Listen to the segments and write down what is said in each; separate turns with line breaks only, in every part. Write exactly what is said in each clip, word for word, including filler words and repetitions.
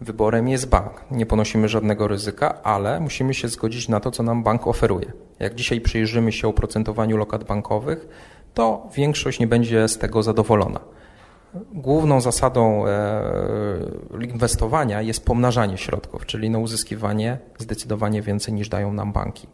wyborem jest bank. Nie ponosimy żadnego ryzyka, ale musimy się zgodzić na to, co nam bank oferuje. Jak dzisiaj przyjrzymy się oprocentowaniu lokat bankowych, to większość nie będzie z tego zadowolona. Główną zasadą inwestowania jest pomnażanie środków, czyli no uzyskiwanie zdecydowanie więcej niż dają nam banki.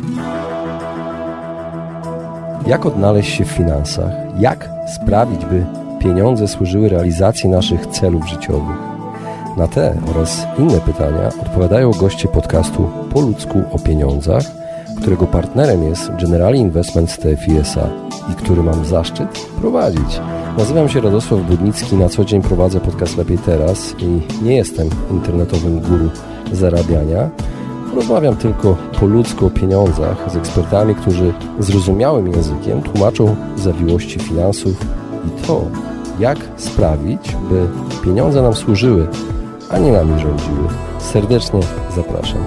Jak odnaleźć się w finansach? Jak sprawić, by pieniądze służyły realizacji naszych celów życiowych? Na te oraz inne pytania odpowiadają goście podcastu Po ludzku o pieniądzach, którego partnerem jest Generali Investments T F I S A i który mam zaszczyt prowadzić. Nazywam się Radosław Budnicki, na co dzień prowadzę podcast Lepiej Teraz i nie jestem internetowym guru zarabiania. Rozmawiam tylko po ludzku o pieniądzach z ekspertami, którzy zrozumiałym językiem tłumaczą zawiłości finansów i to, jak sprawić, by pieniądze nam służyły, a nie nami rządziły. Serdecznie zapraszam.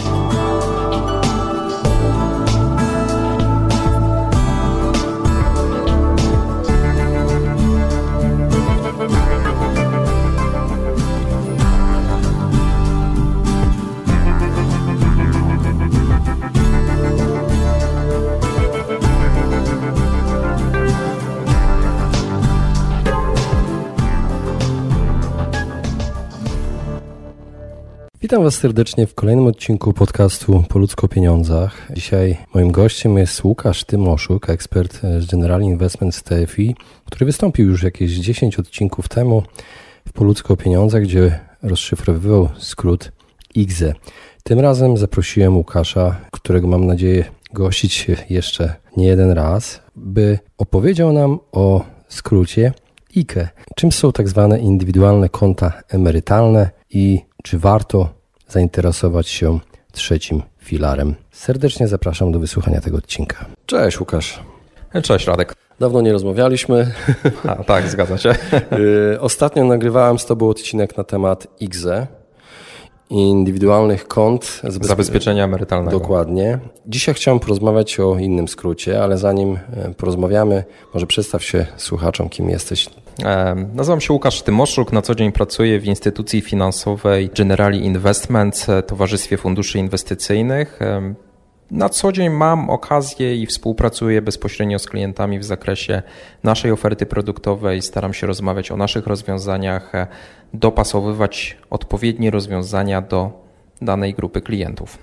Witam Was serdecznie w kolejnym odcinku podcastu Po ludzku o pieniądzach. Dzisiaj moim gościem jest Łukasz Tymoszuk, ekspert z Generali Investments T F I, który wystąpił już jakieś dziesięć odcinków temu w Po ludzku o pieniądzach, gdzie rozszyfrowywał skrót I G Z E. Tym razem zaprosiłem Łukasza, którego mam nadzieję gościć jeszcze nie jeden raz, by opowiedział nam o skrócie I K E. Czym są tak zwane indywidualne konta emerytalne i czy warto zainteresować się trzecim filarem? Serdecznie zapraszam do wysłuchania tego odcinka. Cześć Łukasz.
Cześć Radek.
Dawno nie rozmawialiśmy.
A, tak, zgadza się.
Ostatnio nagrywałem z Tobą odcinek na temat I G Z E, indywidualnych kont
zabezpie... zabezpieczenia emerytalnego.
Dokładnie. Dzisiaj chciałem porozmawiać o innym skrócie, ale zanim porozmawiamy, może przedstaw się słuchaczom, kim jesteś.
Nazywam się Łukasz Tymoszuk, na co dzień pracuję w instytucji finansowej Generali Investments, Towarzystwie Funduszy Inwestycyjnych. Na co dzień mam okazję i współpracuję bezpośrednio z klientami w zakresie naszej oferty produktowej. Staram się rozmawiać o naszych rozwiązaniach, dopasowywać odpowiednie rozwiązania do danej grupy klientów.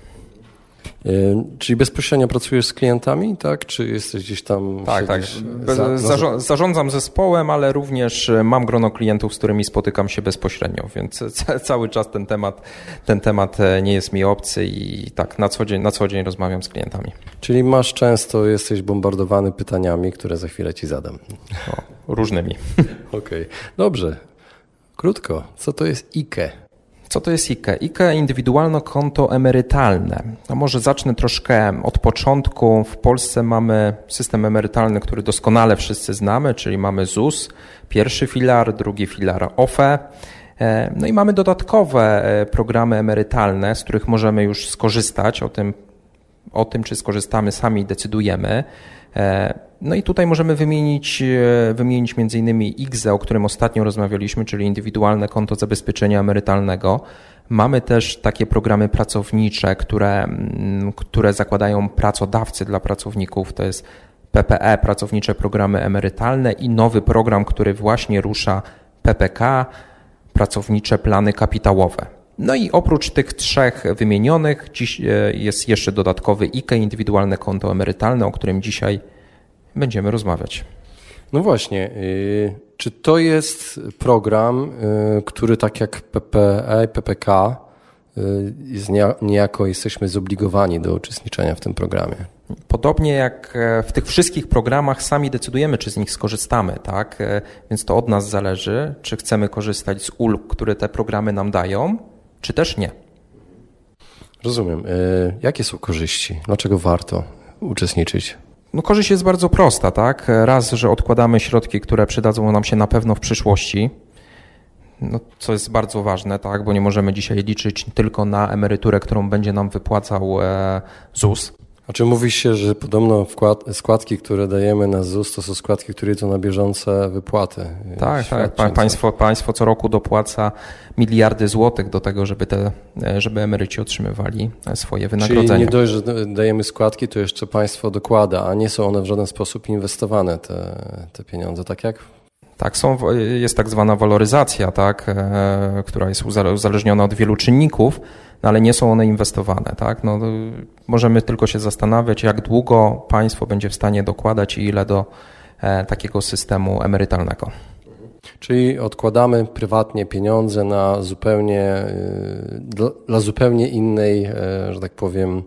Yy, czyli bezpośrednio pracujesz z klientami, tak? Czy jesteś gdzieś tam...
Tak, tak. Za, Zarząd, zarządzam zespołem, ale również mam grono klientów, z którymi spotykam się bezpośrednio, więc ca, cały czas ten temat, ten temat nie jest mi obcy i tak na co dzień, na co dzień rozmawiam z klientami.
Czyli masz często, jesteś bombardowany pytaniami, które za chwilę Ci zadam.
O, różnymi.
Okej, okay. Dobrze. Krótko, co to jest I K E?
Co to jest I K E? I K E indywidualne konto emerytalne. A może zacznę troszkę od początku. W Polsce mamy system emerytalny, który doskonale wszyscy znamy, czyli mamy Z U S, pierwszy filar, drugi filar O F E. No i mamy dodatkowe programy emerytalne, z których możemy już skorzystać. O tym, o tym czy skorzystamy, sami decydujemy. No i tutaj możemy wymienić, wymienić między innymi I G Z E, o którym ostatnio rozmawialiśmy, czyli indywidualne konto zabezpieczenia emerytalnego. Mamy też takie programy pracownicze, które, które zakładają pracodawcy dla pracowników. To jest P P E, pracownicze programy emerytalne i nowy program, który właśnie rusza P P K, pracownicze plany kapitałowe. No i oprócz tych trzech wymienionych dziś jest jeszcze dodatkowy I K E, indywidualne konto emerytalne, o którym dzisiaj będziemy rozmawiać.
No właśnie, yy, czy to jest program, yy, który tak jak P P E, P P K, yy, jest niejako jesteśmy zobligowani do uczestniczenia w tym programie?
Podobnie jak w tych wszystkich programach sami decydujemy, czy z nich skorzystamy, tak? Więc to od nas zależy, czy chcemy korzystać z ulg, które te programy nam dają, czy też nie.
Rozumiem. Yy, jakie są korzyści? Dlaczego warto uczestniczyć?
No korzyść jest bardzo prosta, tak? Raz, że odkładamy środki, które przydadzą nam się na pewno w przyszłości, no, co jest bardzo ważne, tak? Bo nie możemy dzisiaj liczyć tylko na emeryturę, którą będzie nam wypłacał Z U S.
A czy mówi się, że podobno wkład, składki, które dajemy na ZUS, to są składki, które idą na bieżące wypłaty?
Tak, tak. Pa, państwo, państwo co roku dopłaca miliardy złotych do tego, żeby, te, żeby emeryci otrzymywali swoje wynagrodzenia.
Czyli nie dość, że dajemy składki, to jeszcze państwo dokłada, a nie są one w żaden sposób inwestowane, te, te pieniądze, tak jak?
Tak, są, jest tak zwana waloryzacja, tak, e, która jest uzależniona od wielu czynników, no ale nie są one inwestowane. Tak? No, możemy tylko się zastanawiać, jak długo państwo będzie w stanie dokładać i ile do e, takiego systemu emerytalnego.
Czyli odkładamy prywatnie pieniądze na zupełnie, dla, dla zupełnie innej, że tak powiem,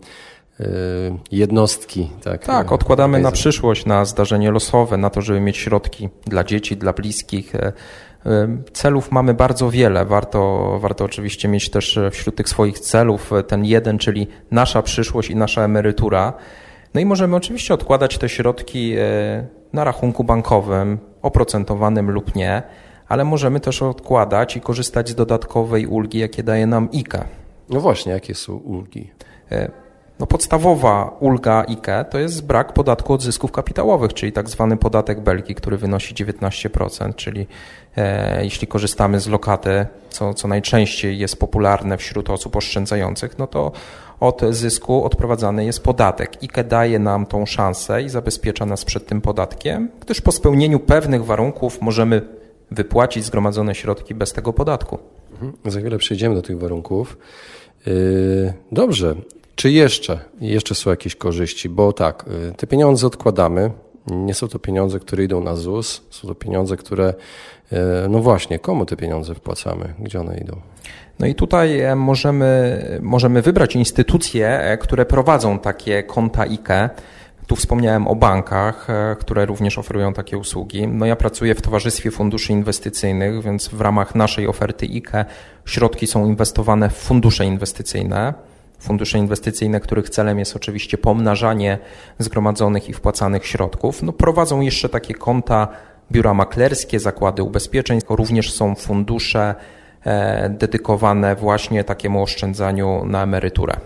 jednostki. Tak,
tak odkładamy na przyszłość, na zdarzenie losowe, na to, żeby mieć środki dla dzieci, dla bliskich. Celów mamy bardzo wiele. Warto, warto oczywiście mieć też wśród tych swoich celów ten jeden, czyli nasza przyszłość i nasza emerytura. No i możemy oczywiście odkładać te środki na rachunku bankowym, oprocentowanym lub nie, ale możemy też odkładać i korzystać z dodatkowej ulgi, jakie daje nam I K E.
No właśnie, jakie są ulgi?
No podstawowa ulga I K E to jest brak podatku od zysków kapitałowych, czyli tak zwany podatek Belki, który wynosi dziewiętnaście procent, czyli e, jeśli korzystamy z lokaty, co, co najczęściej jest popularne wśród osób oszczędzających, no to od zysku odprowadzany jest podatek. I K E daje nam tą szansę i zabezpiecza nas przed tym podatkiem, gdyż po spełnieniu pewnych warunków możemy wypłacić zgromadzone środki bez tego podatku.
Mhm. Za chwilę przejdziemy do tych warunków. Yy, dobrze. Czy jeszcze, jeszcze są jakieś korzyści? Bo tak, te pieniądze odkładamy, nie są to pieniądze, które idą na ZUS, są to pieniądze, które, no właśnie, komu te pieniądze wpłacamy? Gdzie one idą?
No i tutaj możemy, możemy wybrać instytucje, które prowadzą takie konta I K E. Tu wspomniałem o bankach, które również oferują takie usługi. No ja pracuję w Towarzystwie Funduszy Inwestycyjnych, więc w ramach naszej oferty I K E środki są inwestowane w fundusze inwestycyjne. Fundusze inwestycyjne, których celem jest oczywiście pomnażanie zgromadzonych i wpłacanych środków. No, prowadzą jeszcze takie konta biura maklerskie, zakłady ubezpieczeń. Również są fundusze e, dedykowane właśnie takiemu oszczędzaniu na emeryturę.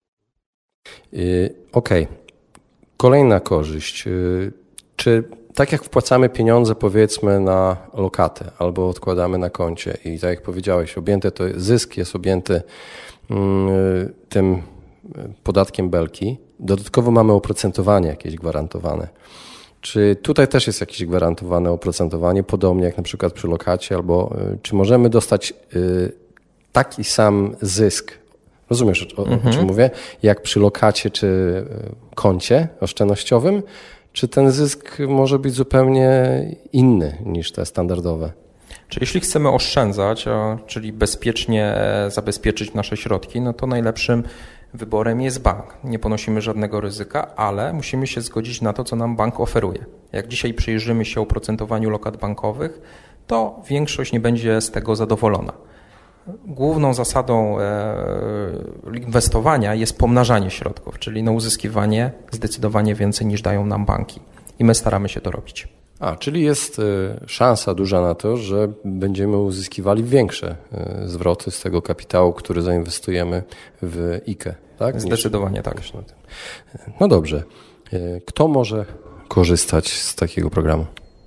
Yy, Okej. Okay. Kolejna korzyść. Yy, czy tak jak wpłacamy pieniądze powiedzmy na lokatę albo odkładamy na koncie i tak jak powiedziałeś, objęte to zysk jest objęty tym podatkiem Belki. Dodatkowo mamy oprocentowanie jakieś gwarantowane. Czy tutaj też jest jakieś gwarantowane oprocentowanie, podobnie jak na przykład przy lokacie, albo czy możemy dostać taki sam zysk, rozumiesz o, mhm. o czym mówię, jak przy lokacie czy koncie oszczędnościowym, czy ten zysk może być zupełnie inny niż te standardowe?
Czyli jeśli chcemy oszczędzać, czyli bezpiecznie zabezpieczyć nasze środki, no to najlepszym wyborem jest bank. Nie ponosimy żadnego ryzyka, ale musimy się zgodzić na to, co nam bank oferuje. Jak dzisiaj przyjrzymy się oprocentowaniu lokat bankowych, to większość nie będzie z tego zadowolona. Główną zasadą inwestowania jest pomnażanie środków, czyli no uzyskiwanie zdecydowanie więcej niż dają nam banki. I my staramy się to robić.
A, czyli jest szansa duża na to, że będziemy uzyskiwali większe zwroty z tego kapitału, który zainwestujemy w I K E, tak?
Zdecydowanie
niż,
tak.
Niż na tym. No dobrze. Kto może korzystać z takiego programu?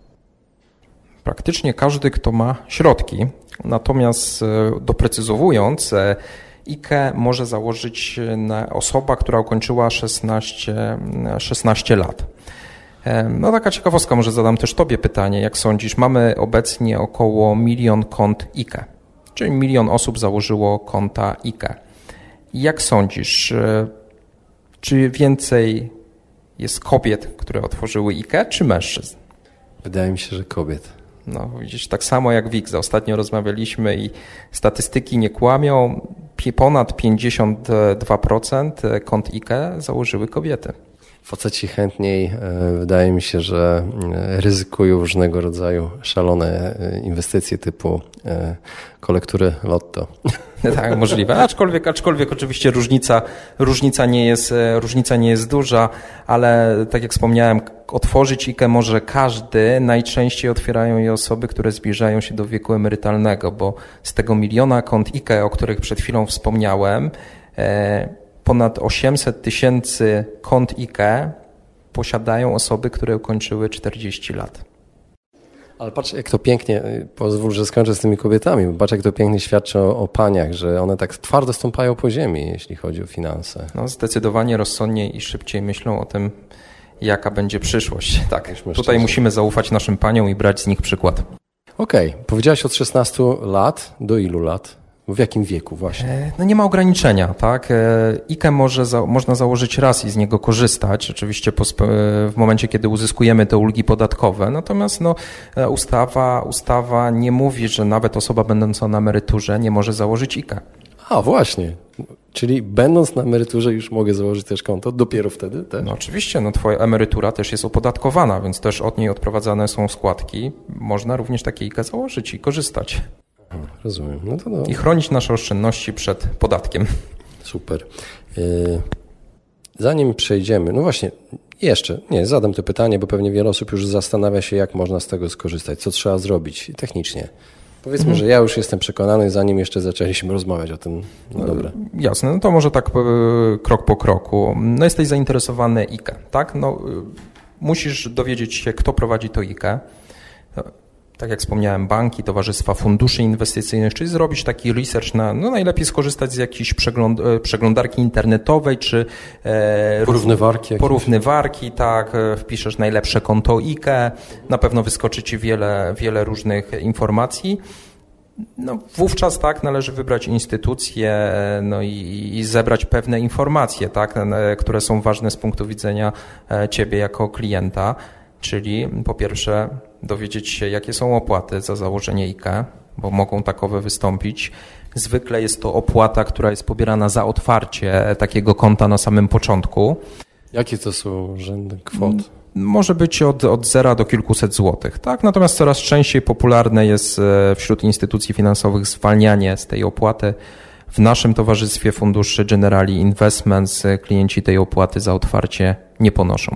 Praktycznie każdy, kto ma środki. Natomiast doprecyzowując, I K E może założyć osoba, która ukończyła szesnaście, szesnaście lat. No taka ciekawostka, może zadam też Tobie pytanie, jak sądzisz, mamy obecnie około milion kont I K E, czyli milion osób założyło konta I K E. Jak sądzisz, czy więcej jest kobiet, które otworzyły I K E, czy mężczyzn?
Wydaje mi się, że kobiet.
No widzisz, tak samo jak Wiksa. Ostatnio rozmawialiśmy i statystyki nie kłamią. Ponad pięćdziesiąt dwa procent kont I K E założyły kobiety.
Faceci chętniej, wydaje mi się, że ryzykują różnego rodzaju szalone inwestycje typu kolektury Lotto.
Tak, możliwe. Aczkolwiek, aczkolwiek oczywiście różnica, różnica, nie jest, różnica nie jest duża, ale tak jak wspomniałem, otworzyć I K E może każdy. Najczęściej otwierają je osoby, które zbliżają się do wieku emerytalnego, bo z tego miliona kont I K E, o których przed chwilą wspomniałem, ponad osiemset tysięcy kont I K E posiadają osoby, które ukończyły czterdzieści lat.
Ale patrz, jak to pięknie, pozwól, że skończę z tymi kobietami, bo patrz, jak to pięknie świadczy o, o paniach, że one tak twardo stąpają po ziemi, jeśli chodzi o finanse.
No, zdecydowanie rozsądniej i szybciej myślą o tym, jaka będzie przyszłość. Tak, tutaj musimy zaufać naszym paniom i brać z nich przykład.
Okej, okay. Powiedziałeś od szesnastu lat, do ilu lat? W jakim wieku właśnie?
No nie ma ograniczenia, tak? I K E może za, można założyć raz i z niego korzystać, oczywiście po, w momencie, kiedy uzyskujemy te ulgi podatkowe. Natomiast no, ustawa, ustawa nie mówi, że nawet osoba będąca na emeryturze nie może założyć I K E.
A właśnie, czyli będąc na emeryturze już mogę założyć też konto, dopiero wtedy też?
No oczywiście, no twoja emerytura też jest opodatkowana, więc też od niej odprowadzane są składki. Można również takie I K E założyć i korzystać.
Rozumiem. No to no.
I chronić nasze oszczędności przed podatkiem.
Super. Zanim przejdziemy, no właśnie, jeszcze, nie, zadam to pytanie, bo pewnie wiele osób już zastanawia się, jak można z tego skorzystać, co trzeba zrobić technicznie. Powiedzmy, mhm. że ja już jestem przekonany, zanim jeszcze zaczęliśmy rozmawiać o tym. No dobra.
Jasne, no to może tak krok po kroku. No jesteś zainteresowany I K E, tak? No, musisz dowiedzieć się, kto prowadzi to I K E. Tak jak wspomniałem, banki, towarzystwa funduszy inwestycyjnych, czyli zrobić taki research na, no najlepiej skorzystać z jakiejś przegląd, przeglądarki internetowej, czy
e, porównywarki.
Porównywarki, tak, wpiszesz najlepsze konto I K E, na pewno wyskoczy Ci wiele, wiele różnych informacji. No, wówczas tak należy wybrać instytucje, no i, i zebrać pewne informacje, tak, które są ważne z punktu widzenia Ciebie jako klienta. Czyli po pierwsze dowiedzieć się, jakie są opłaty za założenie I K E, bo mogą takowe wystąpić. Zwykle jest to opłata, która jest pobierana za otwarcie takiego konta na samym początku.
Jakie to są rzędy kwot?
Może być od, od zera do kilkuset złotych, tak? Natomiast coraz częściej popularne jest wśród instytucji finansowych zwalnianie z tej opłaty. W naszym towarzystwie funduszy Generali Investments klienci tej opłaty za otwarcie nie ponoszą.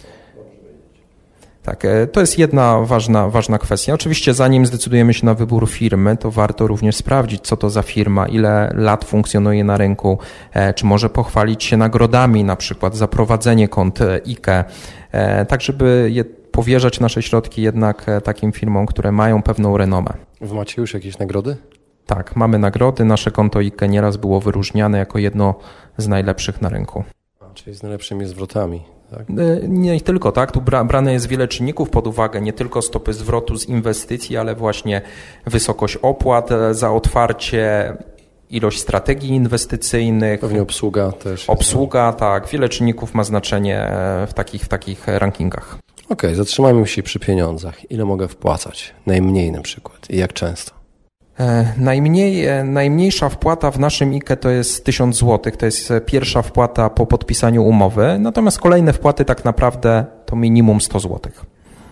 Tak, to jest jedna ważna, ważna kwestia. Oczywiście zanim zdecydujemy się na wybór firmy, to warto również sprawdzić, co to za firma, ile lat funkcjonuje na rynku, czy może pochwalić się nagrodami, na przykład za prowadzenie kont I K E, tak żeby je, powierzać nasze środki jednak takim firmom, które mają pewną renomę.
Wy macie już jakieś nagrody?
Tak, mamy nagrody. Nasze konto I K E nieraz było wyróżniane jako jedno z najlepszych na rynku.
A, czyli z najlepszymi zwrotami. Tak?
Nie tylko, tak. Tu brane jest wiele czynników pod uwagę, nie tylko stopy zwrotu z inwestycji, ale właśnie wysokość opłat za otwarcie, ilość strategii inwestycyjnych.
Pewnie obsługa też.
Obsługa, jest, tak. Wiele czynników ma znaczenie w takich, w takich rankingach.
Okej, okay, zatrzymajmy się przy pieniądzach. Ile mogę wpłacać? Najmniej na przykład i jak często?
Najmniej, najmniejsza wpłata w naszym I K E to jest tysiąc złotych, to jest pierwsza wpłata po podpisaniu umowy, natomiast kolejne wpłaty tak naprawdę to minimum sto złotych.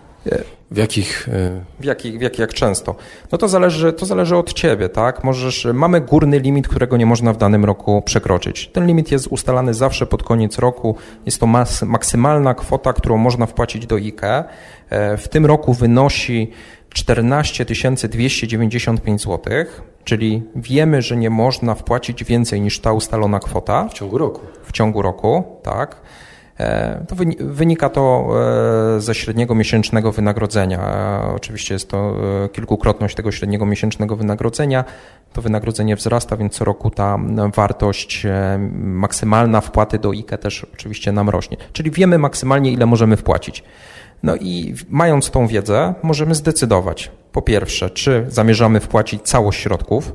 W jakich?
W jakich, w jakich jak często? No to zależy, to zależy od Ciebie, tak? Możesz, mamy górny limit, którego nie można w danym roku przekroczyć. Ten limit jest ustalany zawsze pod koniec roku. Jest to mas, maksymalna kwota, którą można wpłacić do I K E. W tym roku wynosi czternaście tysięcy dwieście dziewięćdziesiąt pięć złotych, czyli wiemy, że nie można wpłacić więcej niż ta ustalona kwota.
W ciągu roku.
W ciągu roku, tak. To wynika to ze średniego miesięcznego wynagrodzenia. Oczywiście jest to kilkukrotność tego średniego miesięcznego wynagrodzenia. To wynagrodzenie wzrasta, więc co roku ta wartość maksymalna wpłaty do I K E też oczywiście nam rośnie. Czyli wiemy maksymalnie, ile możemy wpłacić. No i mając tą wiedzę, możemy zdecydować, po pierwsze, czy zamierzamy wpłacić całość środków.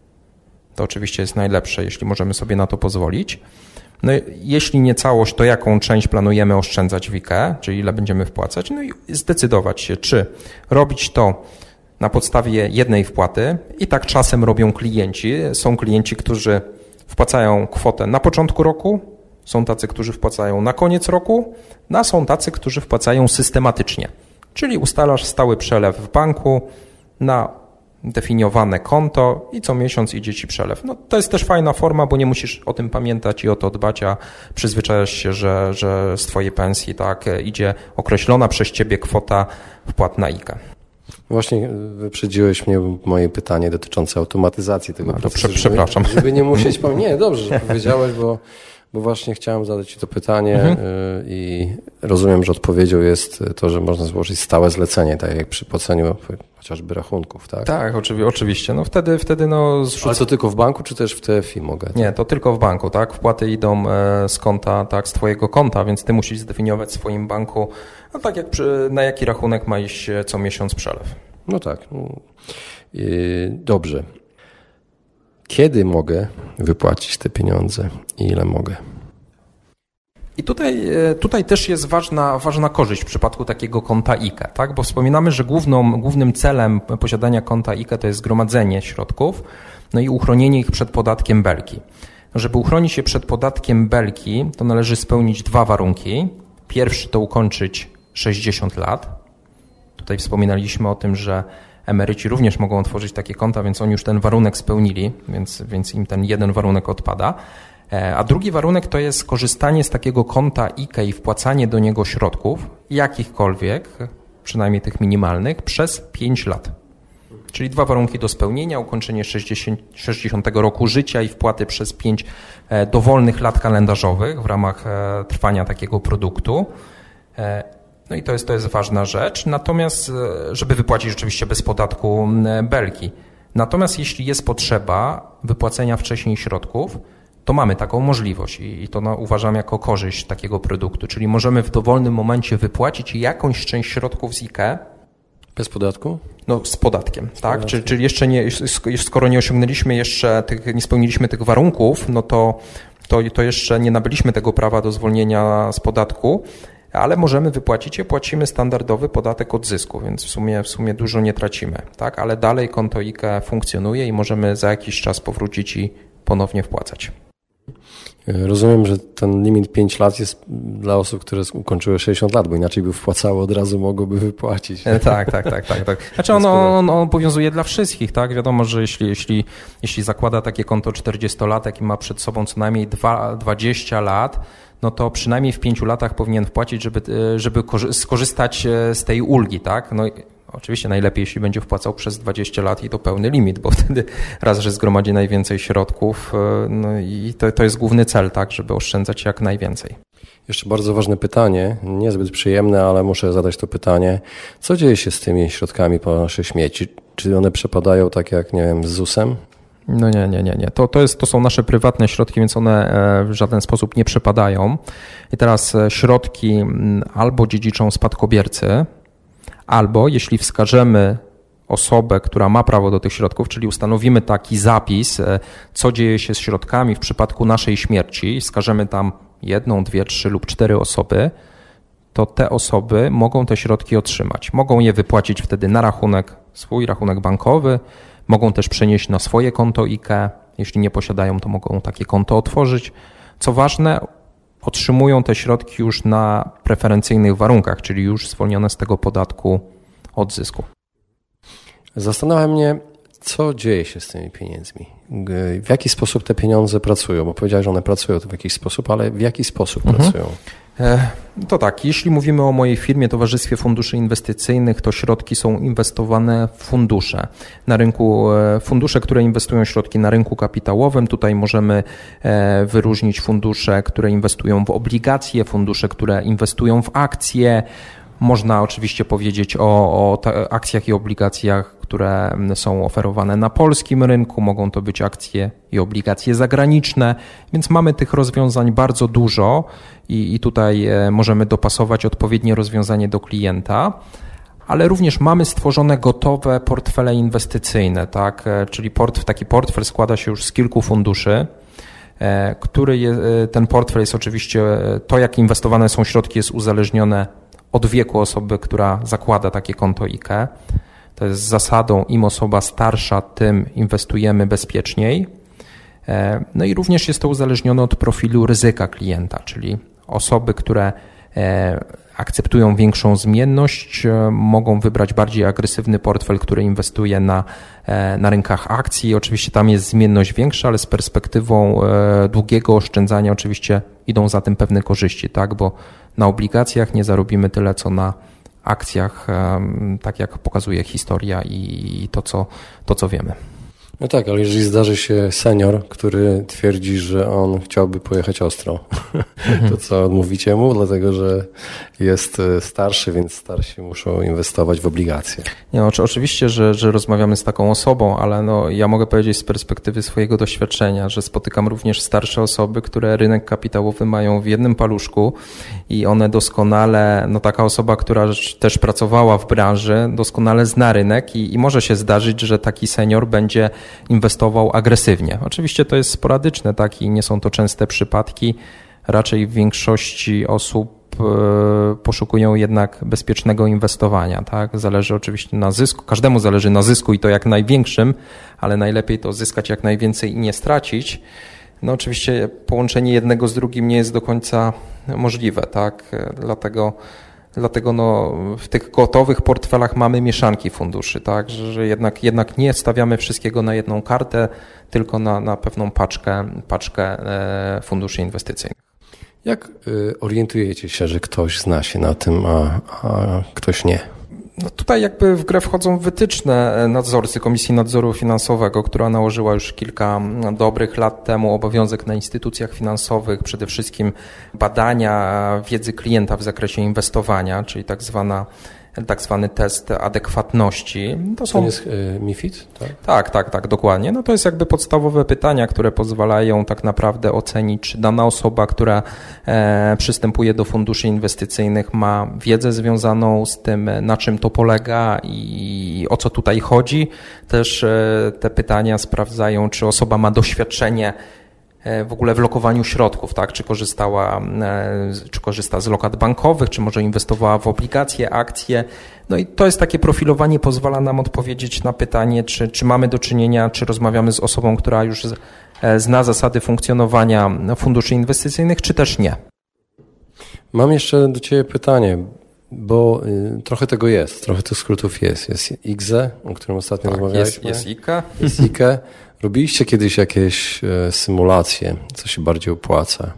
To oczywiście jest najlepsze, jeśli możemy sobie na to pozwolić. No jeśli nie całość, to jaką część planujemy oszczędzać w I K E, czyli ile będziemy wpłacać, no i zdecydować się, czy robić to na podstawie jednej wpłaty i tak czasem robią klienci. Są klienci, którzy wpłacają kwotę na początku roku, są tacy, którzy wpłacają na koniec roku, a są tacy, którzy wpłacają systematycznie, czyli ustalasz stały przelew w banku na definiowane konto i co miesiąc idzie Ci przelew. No, to jest też fajna forma, bo nie musisz o tym pamiętać i o to dbać, a przyzwyczajasz się, że, że z Twojej pensji tak idzie określona przez Ciebie kwota wpłat na I K E.
Właśnie wyprzedziłeś mnie moje pytanie dotyczące automatyzacji tego
no,
procesu.
Prze- przepraszam.
Żeby, żeby nie musieć... Nie, dobrze, że powiedziałeś, bo Bo właśnie chciałem zadać Ci to pytanie
mhm.
i rozumiem, że odpowiedzią jest to, że można złożyć stałe zlecenie, tak jak przy płaceniu chociażby rachunków, tak?
Tak, oczywiście. No wtedy, wtedy no... Zrzuc...
Ale to tylko w banku, czy też w T F I mogę? Tak?
Nie, to tylko w banku, tak? Wpłaty idą z konta, tak, z Twojego konta, więc Ty musisz zdefiniować w swoim banku, no tak jak przy, na jaki rachunek ma iść co miesiąc przelew.
No tak. Dobrze. Kiedy mogę wypłacić te pieniądze i ile mogę?
I tutaj, tutaj też jest ważna, ważna korzyść w przypadku takiego konta I K E, tak? Bo wspominamy, że główną, głównym celem posiadania konta I K E to jest zgromadzenie środków, no i uchronienie ich przed podatkiem Belki. Żeby uchronić je przed podatkiem Belki, to należy spełnić dwa warunki. Pierwszy to ukończyć sześćdziesiąt lat. Tutaj wspominaliśmy o tym, że emeryci również mogą otworzyć takie konta, więc oni już ten warunek spełnili, więc, więc im ten jeden warunek odpada. A drugi warunek to jest korzystanie z takiego konta I K E i wpłacanie do niego środków, jakichkolwiek, przynajmniej tych minimalnych, przez pięć lat. Czyli dwa warunki do spełnienia, ukończenie sześćdziesiątego roku życia i wpłaty przez pięć dowolnych lat kalendarzowych w ramach trwania takiego produktu. No i to jest, to jest ważna rzecz, natomiast żeby wypłacić rzeczywiście bez podatku Belki. Natomiast jeśli jest potrzeba wypłacenia wcześniej środków, to mamy taką możliwość i to no, uważam jako korzyść takiego produktu, czyli możemy w dowolnym momencie wypłacić jakąś część środków z I K E.
Bez podatku?
No z podatkiem, z tak? Podatkiem. Czyli, czyli jeszcze nie, skoro nie osiągnęliśmy jeszcze tych, nie spełniliśmy tych warunków, no to, to, to jeszcze nie nabyliśmy tego prawa do zwolnienia z podatku, ale możemy wypłacić je, płacimy standardowy podatek od zysku, więc w sumie, w sumie dużo nie tracimy, tak? Ale dalej konto I K E funkcjonuje i możemy za jakiś czas powrócić i ponownie wpłacać.
Rozumiem, że ten limit pięć lat jest dla osób, które ukończyły sześćdziesiąt lat, bo inaczej by wpłacało, od razu mogłoby wypłacić.
Tak, tak, tak, tak, tak. Znaczy on, on, on obowiązuje dla wszystkich, tak? Wiadomo, że jeśli, jeśli, jeśli zakłada takie konto czterdziestolatek i ma przed sobą co najmniej dwadzieścia lat, no to przynajmniej w pięciu latach powinien wpłacić, żeby, żeby skorzystać z tej ulgi, tak? No oczywiście najlepiej, jeśli będzie wpłacał przez dwadzieścia lat i to pełny limit, bo wtedy raz, że zgromadzi najwięcej środków, no i to, to jest główny cel, tak, żeby oszczędzać jak najwięcej.
Jeszcze bardzo ważne pytanie, niezbyt przyjemne, ale muszę zadać to pytanie. Co dzieje się z tymi środkami po naszej śmierci? Czy one przepadają tak jak, nie wiem, z zusem?
No nie, nie, nie, nie. To, to, jest, to są nasze prywatne środki, więc one w żaden sposób nie przepadają. I teraz środki albo dziedziczą spadkobiercy, albo jeśli wskażemy osobę, która ma prawo do tych środków, czyli ustanowimy taki zapis, co dzieje się z środkami w przypadku naszej śmierci, wskażemy tam jedną, dwie, trzy lub cztery osoby, to te osoby mogą te środki otrzymać. Mogą je wypłacić wtedy na rachunek, swój rachunek bankowy, mogą też przenieść na swoje konto I K E. Jeśli nie posiadają, to mogą takie konto otworzyć. Co ważne, otrzymują te środki już na preferencyjnych warunkach, czyli już zwolnione z tego podatku od zysku.
Zastanawia mnie, co dzieje się z tymi pieniędzmi. W jaki sposób te pieniądze pracują? Bo powiedziałeś, że one pracują to w jakiś sposób, ale w jaki sposób mhm. pracują?
To tak, jeśli mówimy o mojej firmie, Towarzystwie Funduszy Inwestycyjnych, to środki są inwestowane w fundusze. Na rynku, fundusze, które inwestują środki na rynku kapitałowym, tutaj możemy wyróżnić fundusze, które inwestują w obligacje, fundusze, które inwestują w akcje. Można oczywiście powiedzieć o, o akcjach i obligacjach, które są oferowane na polskim rynku. Mogą to być akcje i obligacje zagraniczne, więc mamy tych rozwiązań bardzo dużo i, i tutaj możemy dopasować odpowiednie rozwiązanie do klienta. Ale również mamy stworzone gotowe portfele inwestycyjne, tak? Czyli port, taki portfel składa się już z kilku funduszy, który je, ten portfel jest oczywiście, to jak inwestowane są środki jest uzależnione od wieku osoby, która zakłada takie konto I K E. To jest zasadą, im osoba starsza, tym inwestujemy bezpieczniej. No i również jest to uzależnione od profilu ryzyka klienta, czyli osoby, które akceptują większą zmienność, mogą wybrać bardziej agresywny portfel, który inwestuje na, na rynkach akcji. Oczywiście tam jest zmienność większa, ale z perspektywą długiego oszczędzania oczywiście idą za tym pewne korzyści, tak? Bo na obligacjach nie zarobimy tyle, co na akcjach, tak jak pokazuje historia i to, co, to, co wiemy.
No tak, ale jeżeli zdarzy się senior, który twierdzi, że on chciałby pojechać ostro, to co, odmówicie mu, dlatego że jest starszy, więc starsi muszą inwestować w obligacje.
Nie, oczywiście, że, że rozmawiamy z taką osobą, ale no, ja mogę powiedzieć z perspektywy swojego doświadczenia, że spotykam również starsze osoby, które rynek kapitałowy mają w jednym paluszku i one doskonale, no taka osoba, która też pracowała w branży, doskonale zna rynek i, i może się zdarzyć, że taki senior będzie inwestował agresywnie. Oczywiście to jest sporadyczne, tak, i nie są to częste przypadki. Raczej w większości osób poszukują jednak bezpiecznego inwestowania, tak? Zależy oczywiście na zysku, każdemu zależy na zysku i to jak największym, ale najlepiej to zyskać jak najwięcej i nie stracić. No oczywiście połączenie jednego z drugim nie jest do końca możliwe, tak? Dlatego Dlatego no, w tych gotowych portfelach mamy mieszanki funduszy, tak, że, że jednak, jednak nie stawiamy wszystkiego na jedną kartę, tylko na, na pewną paczkę, paczkę funduszy inwestycyjnych.
Jak orientujecie się, że ktoś zna się na tym, a, a ktoś nie?
No tutaj jakby w grę wchodzą wytyczne nadzorcy Komisji Nadzoru Finansowego, która nałożyła już kilka dobrych lat temu obowiązek na instytucjach finansowych, przede wszystkim badania wiedzy klienta w zakresie inwestowania, czyli tak zwana tak zwany test adekwatności.
To, są... to jest y, MiFID? Tak?
tak, tak, tak, dokładnie. No to jest jakby podstawowe pytania, które pozwalają tak naprawdę ocenić, czy dana osoba, która e, przystępuje do funduszy inwestycyjnych, ma wiedzę związaną z tym, na czym to polega i o co tutaj chodzi. Też e, te pytania sprawdzają, czy osoba ma doświadczenie w ogóle w lokowaniu środków, tak? Czy korzystała, czy korzysta z lokat bankowych, czy może inwestowała w obligacje, akcje. No i to jest takie profilowanie, pozwala nam odpowiedzieć na pytanie, czy, czy mamy do czynienia, czy rozmawiamy z osobą, która już zna zasady funkcjonowania funduszy inwestycyjnych, czy też nie.
Mam jeszcze do Ciebie pytanie, bo y, trochę tego jest, trochę tych skrótów jest. Jest I G Z E, o którym ostatnio tak, rozmawialiśmy.
Jest, jest I K E.
Jest I K E. Robiliście kiedyś jakieś e, symulacje, co się bardziej opłaca?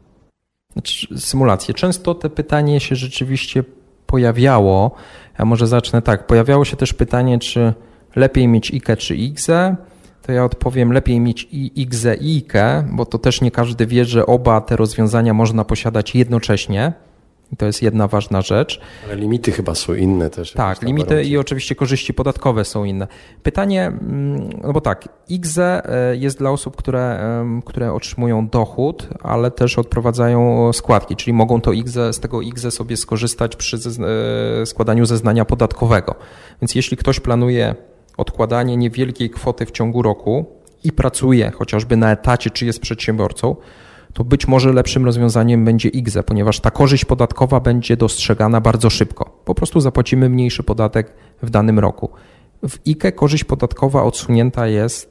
Znaczy, symulacje. Często to pytanie się rzeczywiście pojawiało. Ja może zacznę tak. Pojawiało się też pytanie, czy lepiej mieć I K E czy I G Z E. To ja odpowiem, lepiej mieć i I G Z E i I K E, bo to też nie każdy wie, że oba te rozwiązania można posiadać jednocześnie. I to jest jedna ważna rzecz.
Ale limity chyba są inne też.
Tak, limity warunki. I oczywiście korzyści podatkowe są inne. Pytanie, no bo tak, I G Z E jest dla osób, które, które otrzymują dochód, ale też odprowadzają składki, czyli mogą to I G Z E, z tego I G Z E sobie skorzystać przy składaniu zeznania podatkowego. Więc jeśli ktoś planuje odkładanie niewielkiej kwoty w ciągu roku i pracuje chociażby na etacie, czy jest przedsiębiorcą, to być może lepszym rozwiązaniem będzie I G Z E, ponieważ ta korzyść podatkowa będzie dostrzegana bardzo szybko. Po prostu zapłacimy mniejszy podatek w danym roku. W I K E korzyść podatkowa odsunięta jest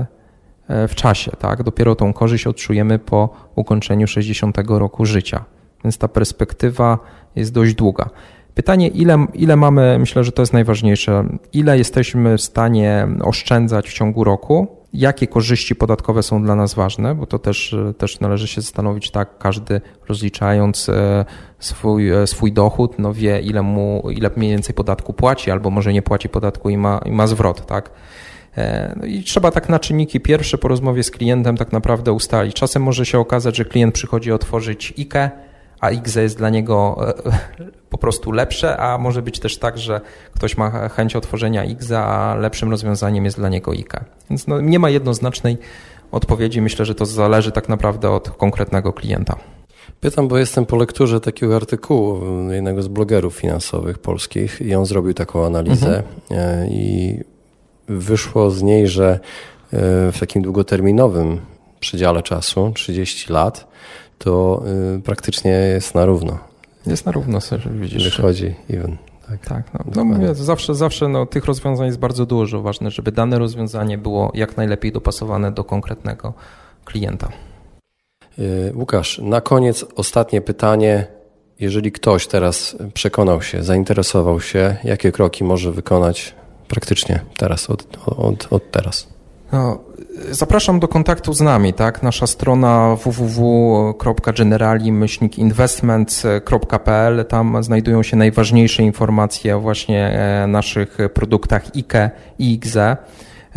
w czasie, tak? Dopiero tą korzyść odczujemy po ukończeniu sześćdziesiątego roku życia, więc ta perspektywa jest dość długa. Pytanie, ile, ile mamy, myślę, że to jest najważniejsze, ile jesteśmy w stanie oszczędzać w ciągu roku, jakie korzyści podatkowe są dla nas ważne, bo to też, też należy się zastanowić, tak, każdy rozliczając swój, swój dochód, no wie, ile mu, ile mniej więcej podatku płaci, albo może nie płaci podatku i ma, i ma zwrot, tak. No i trzeba tak na czynniki pierwsze po rozmowie z klientem tak naprawdę ustalić. Czasem może się okazać, że klient przychodzi otworzyć I K E, a I G Z E jest dla niego po prostu lepsze, a może być też tak, że ktoś ma chęć otworzenia I G Z E, a lepszym rozwiązaniem jest dla niego I K E. Więc no, nie ma jednoznacznej odpowiedzi. Myślę, że to zależy tak naprawdę od konkretnego klienta.
Pytam, bo jestem po lekturze takiego artykułu jednego z blogerów finansowych polskich i on zrobił taką analizę mhm. i wyszło z niej, że w takim długoterminowym przedziale czasu, trzydzieści lat, to y, praktycznie jest na równo.
Jest na równo, widzisz.
Wychodzi even.
Tak, tak no, no mówię, zawsze, zawsze no, tych rozwiązań jest bardzo dużo. Ważne, żeby dane rozwiązanie było jak najlepiej dopasowane do konkretnego klienta.
Y, Łukasz, na koniec ostatnie pytanie. Jeżeli ktoś teraz przekonał się, zainteresował się, jakie kroki może wykonać praktycznie teraz, od, od, od teraz?
No, zapraszam do kontaktu z nami, tak? Nasza strona w w w kropka generali myślnik investments kropka p l. Tam znajdują się najważniejsze informacje o właśnie naszych produktach I K E i I G Z E.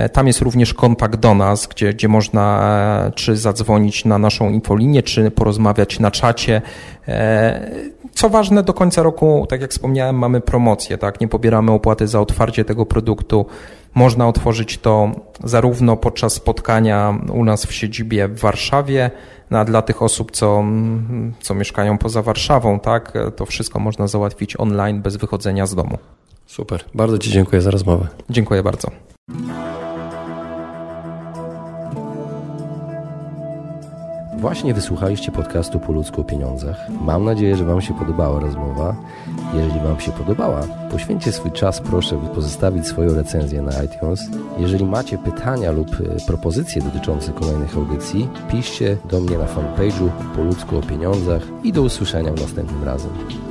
Tam jest również kontakt do nas, gdzie, gdzie można czy zadzwonić na naszą infolinię, czy porozmawiać na czacie. Co ważne, do końca roku, tak jak wspomniałem, mamy promocję, tak? Nie pobieramy opłaty za otwarcie tego produktu. Można otworzyć to zarówno podczas spotkania u nas w siedzibie w Warszawie, no a dla tych osób, co, co mieszkają poza Warszawą, tak? To wszystko można załatwić online bez wychodzenia z domu.
Super, bardzo Ci dziękuję za rozmowę.
Dziękuję bardzo.
Właśnie wysłuchaliście podcastu Po ludzku o pieniądzach. Mam nadzieję, że Wam się podobała rozmowa. Jeżeli Wam się podobała, poświęćcie swój czas, proszę, by pozostawić swoją recenzję na iTunes. Jeżeli macie pytania lub propozycje dotyczące kolejnych audycji, piszcie do mnie na fanpage'u Po ludzku o pieniądzach i do usłyszenia następnym razem.